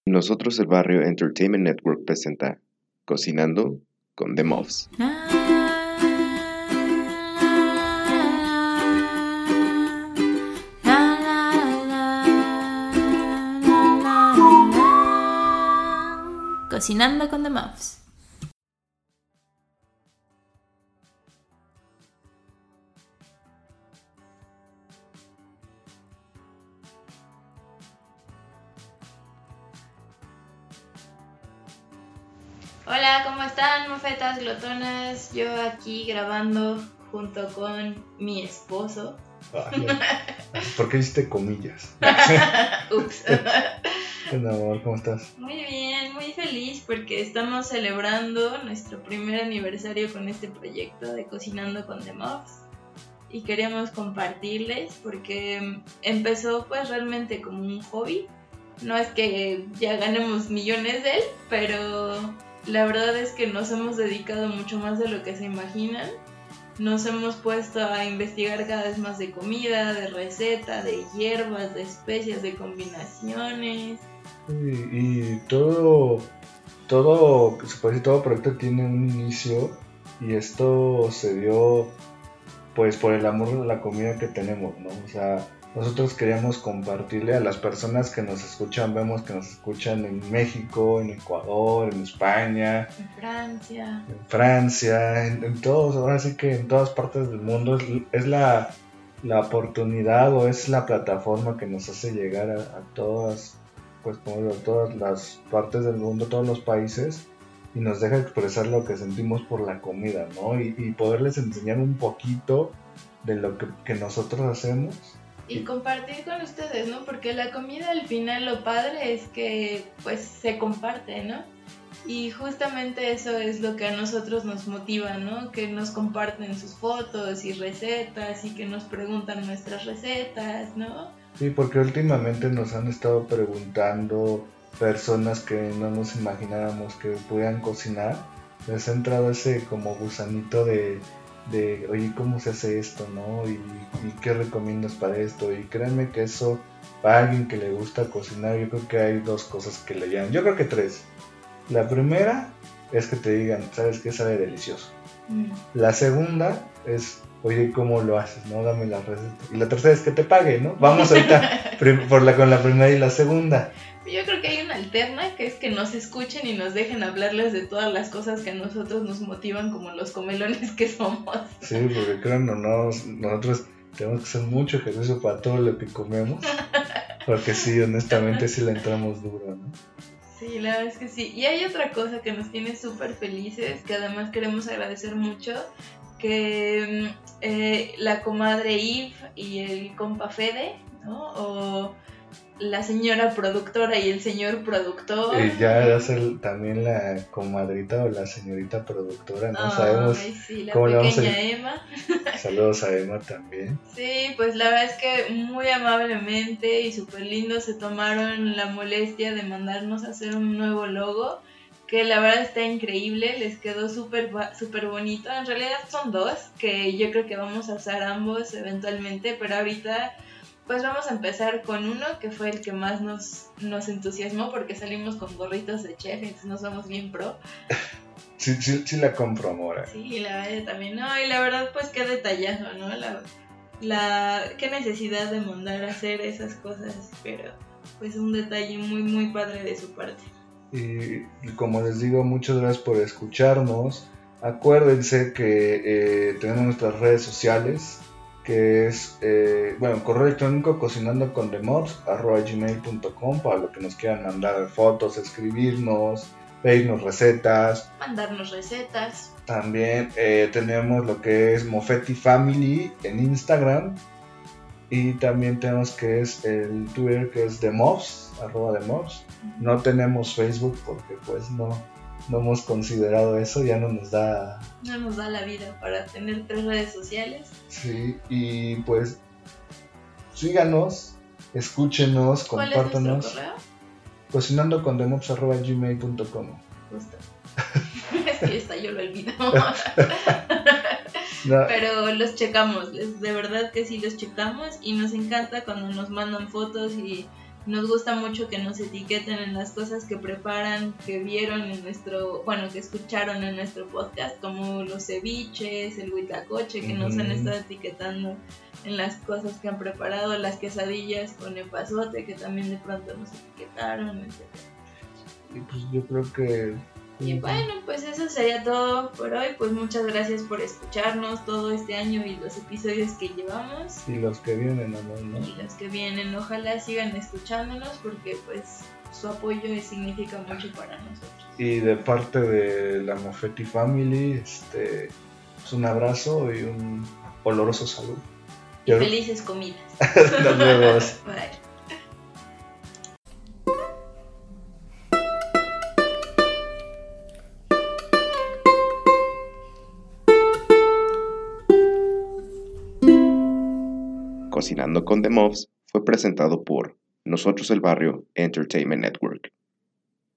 Nosotros el Barrio Entertainment Network presenta Cocinando con The Muffs. Cocinando con The Muffs. Hola, ¿cómo están, mofetas glotonas? Yo aquí grabando junto con mi esposo. ¿Por qué hiciste comillas? Ups. Hola, amor, ¿cómo estás? Muy bien, muy feliz porque estamos celebrando nuestro primer aniversario con este proyecto de Cocinando con The Muffs. Y queríamos compartirles porque empezó pues realmente como un hobby. No es que ya ganemos millones de él, pero la verdad es que nos hemos dedicado mucho más de lo que se imaginan. Nos hemos puesto a investigar cada vez más de comida, de receta, de hierbas, de especias, de combinaciones. Y todo, se puede decir, todo proyecto tiene un inicio y esto se dio pues por el amor de la comida que tenemos, ¿no? O sea, nosotros queríamos compartirle a las personas que nos escuchan, vemos que nos escuchan en México, en Ecuador, en España, en Francia, en todos, ahora sí que en todas partes del mundo es la oportunidad o es la plataforma que nos hace llegar a todas, pues como digo, a todas las partes del mundo, todos los países, y nos deja expresar lo que sentimos por la comida, ¿no? Y poderles enseñar un poquito de lo que nosotros hacemos. Y compartir con ustedes, ¿no? Porque la comida al final lo padre es que pues se comparte, ¿no? Y justamente eso es lo que a nosotros nos motiva, ¿no? Que nos comparten sus fotos y recetas y que nos preguntan nuestras recetas, ¿no? Sí, porque últimamente nos han estado preguntando personas que no nos imaginábamos que pudieran cocinar. Les ha entrado ese como gusanito de oye, ¿cómo se hace esto, no? Y ¿qué recomiendas para esto? Y créanme que eso, para alguien que le gusta cocinar, yo creo que hay dos cosas que le llaman. Yo creo que tres. La primera es que te digan, ¿sabes qué? Sabe delicioso. La segunda es, oye, ¿cómo lo haces? ¿No? Dame la receta. Y la tercera es que te pague, ¿no? Vamos ahorita con la primera y la segunda. Yo creo que hay una alterna, que es que nos escuchen y nos dejen hablarles de todas las cosas que a nosotros nos motivan como los comelones que somos. Sí, porque créanme o no, nosotros tenemos que hacer mucho ejercicio para todo lo que comemos. Porque sí, honestamente sí le entramos duro, ¿no? Sí, la verdad es que sí. Y hay otra cosa que nos tiene súper felices, que además queremos agradecer mucho, que la comadre Eve y el compa Fede, ¿no? O la señora productora y el señor productor. Ya va a ser también la comadrita o la señorita productora, no sabemos sí, la cómo le pequeña vamos a... Emma. Saludos a Emma también. Sí, pues la verdad es que muy amablemente y súper lindo se tomaron la molestia de mandarnos a hacer un nuevo logo, que la verdad está increíble, les quedó súper bonito. En realidad son dos, que yo creo que vamos a usar ambos eventualmente, pero ahorita pues vamos a empezar con uno que fue el que más nos entusiasmó, porque salimos con gorritos de chef, entonces no somos bien pro. Sí la compro, amor. Sí, la verdad también, no, y la verdad pues qué detallazo, ¿no? Qué necesidad de mandar a hacer esas cosas, pero pues un detalle muy muy padre de su parte. Y como les digo, muchas gracias por escucharnos. Acuérdense que tenemos nuestras redes sociales, que es, correo electrónico cocinandocondemobs@gmail.com para lo que nos quieran mandar fotos, escribirnos, pedirnos recetas. Mandarnos recetas. También tenemos lo que es Mofetti Family en Instagram. Y también tenemos que es el Twitter, que es TheMuffs, @TheMuffs. No tenemos Facebook porque pues no hemos considerado eso, ya no nos da la vida para tener 3 redes sociales. Sí, y pues síganos, escúchenos, compártanos. ¿Cuál es nuestro correo? cocinandocondemobs@gmail.com. Justo. Es que esta yo lo olvido. No. Pero los checamos, de verdad que sí los checamos, y nos encanta cuando nos mandan fotos y Nos gusta mucho que nos etiqueten en las cosas que preparan, que vieron en que escucharon en nuestro podcast, como los ceviches, el huitlacoche, que nos han estado etiquetando en las cosas que han preparado, las quesadillas con epazote, que también de pronto nos etiquetaron, etc. Y pues yo creo que... Y bueno, pues eso sería todo por hoy. Pues muchas gracias por escucharnos todo este año y los episodios que llevamos. Y los que vienen, amor, ¿no? Y los que vienen, ojalá sigan escuchándonos porque pues su apoyo significa mucho para nosotros. Y de parte de la Moffetti Family, pues un abrazo y un oloroso salud. Y felices comidas. Nos vemos. Bye. Cocinando con The Muffs fue presentado por Nosotros el Barrio Entertainment Network.